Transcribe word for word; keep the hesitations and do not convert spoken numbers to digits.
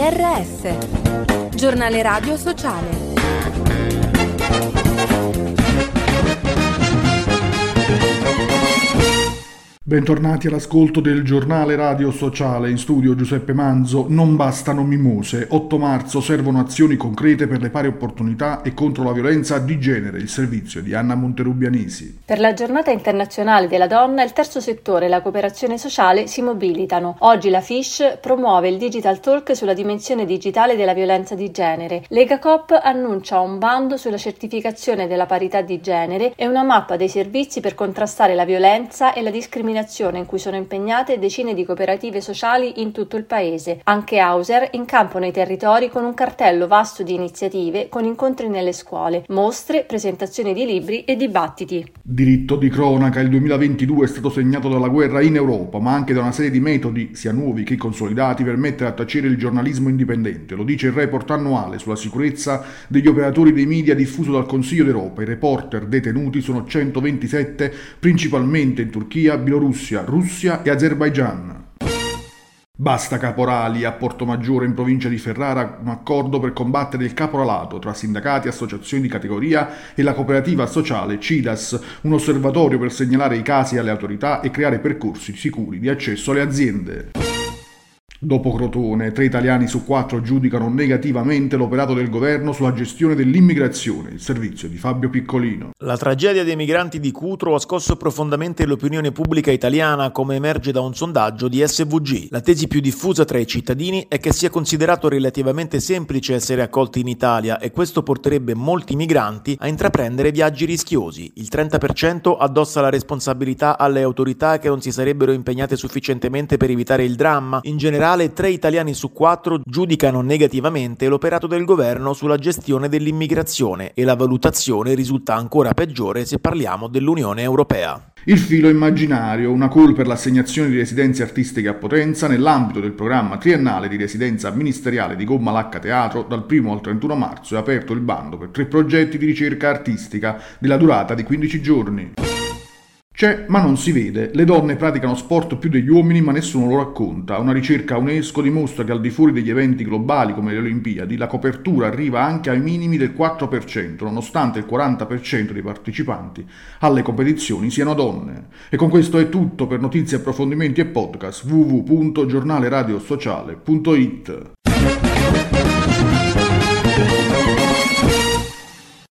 R S, giornale radio sociale. Bentornati all'ascolto del giornale radio sociale. In studio Giuseppe Manzo. Non bastano mimose. otto marzo servono azioni concrete per le pari opportunità e contro la violenza di genere. Il servizio di Anna Monterubianesi. Per la giornata internazionale della donna, il terzo settore e la cooperazione sociale si mobilitano. Oggi la F I S C promuove il Digital Talk sulla dimensione digitale della violenza di genere. Legacoop annuncia un bando sulla certificazione della parità di genere e una mappa dei servizi per contrastare la violenza e la discriminazione in cui sono impegnate decine di cooperative sociali in tutto il paese. Anche Hauser in campo nei territori con un cartello vasto di iniziative, con incontri nelle scuole, mostre, presentazioni di libri e dibattiti. Diritto di cronaca. Il duemilaventidue è stato segnato dalla guerra in Europa, ma anche da una serie di metodi, sia nuovi che consolidati, per mettere a tacere il giornalismo indipendente. Lo dice il report annuale sulla sicurezza degli operatori dei media diffuso dal Consiglio d'Europa. I reporter detenuti sono centoventisette, principalmente in Turchia, Bielorussia, Russia e Azerbaigian. Basta caporali. A Portomaggiore, in provincia di Ferrara, un accordo per combattere il caporalato tra sindacati, associazioni di categoria e la cooperativa sociale CIDAS, un osservatorio per segnalare i casi alle autorità e creare percorsi sicuri di accesso alle aziende. Dopo Crotone, tre italiani su quattro giudicano negativamente l'operato del governo sulla gestione dell'immigrazione. Il servizio di Fabio Piccolino. La tragedia dei migranti di Cutro ha scosso profondamente l'opinione pubblica italiana, come emerge da un sondaggio di S V G. La tesi più diffusa tra i cittadini è che sia considerato relativamente semplice essere accolti in Italia e questo porterebbe molti migranti a intraprendere viaggi rischiosi. Il trenta per cento addossa la responsabilità alle autorità che non si sarebbero impegnate sufficientemente per evitare il dramma. In generale, tre italiani su quattro giudicano negativamente l'operato del governo sulla gestione dell'immigrazione e la valutazione risulta ancora peggiore se parliamo dell'Unione Europea. Il filo immaginario, una call per l'assegnazione di residenze artistiche a Potenza nell'ambito del programma triennale di residenza ministeriale di Gomma Lacca Teatro. Dal primo al trentuno marzo è aperto il bando per tre progetti di ricerca artistica della durata di quindici giorni. C'è ma non si vede. Le donne praticano sport più degli uomini ma nessuno lo racconta. Una ricerca UNESCO dimostra che al di fuori degli eventi globali come le Olimpiadi la copertura arriva anche ai minimi del quattro per cento, nonostante il quaranta per cento dei partecipanti alle competizioni siano donne. E con questo è tutto. Per notizie, approfondimenti e podcast w w w punto giornale radio sociale punto it.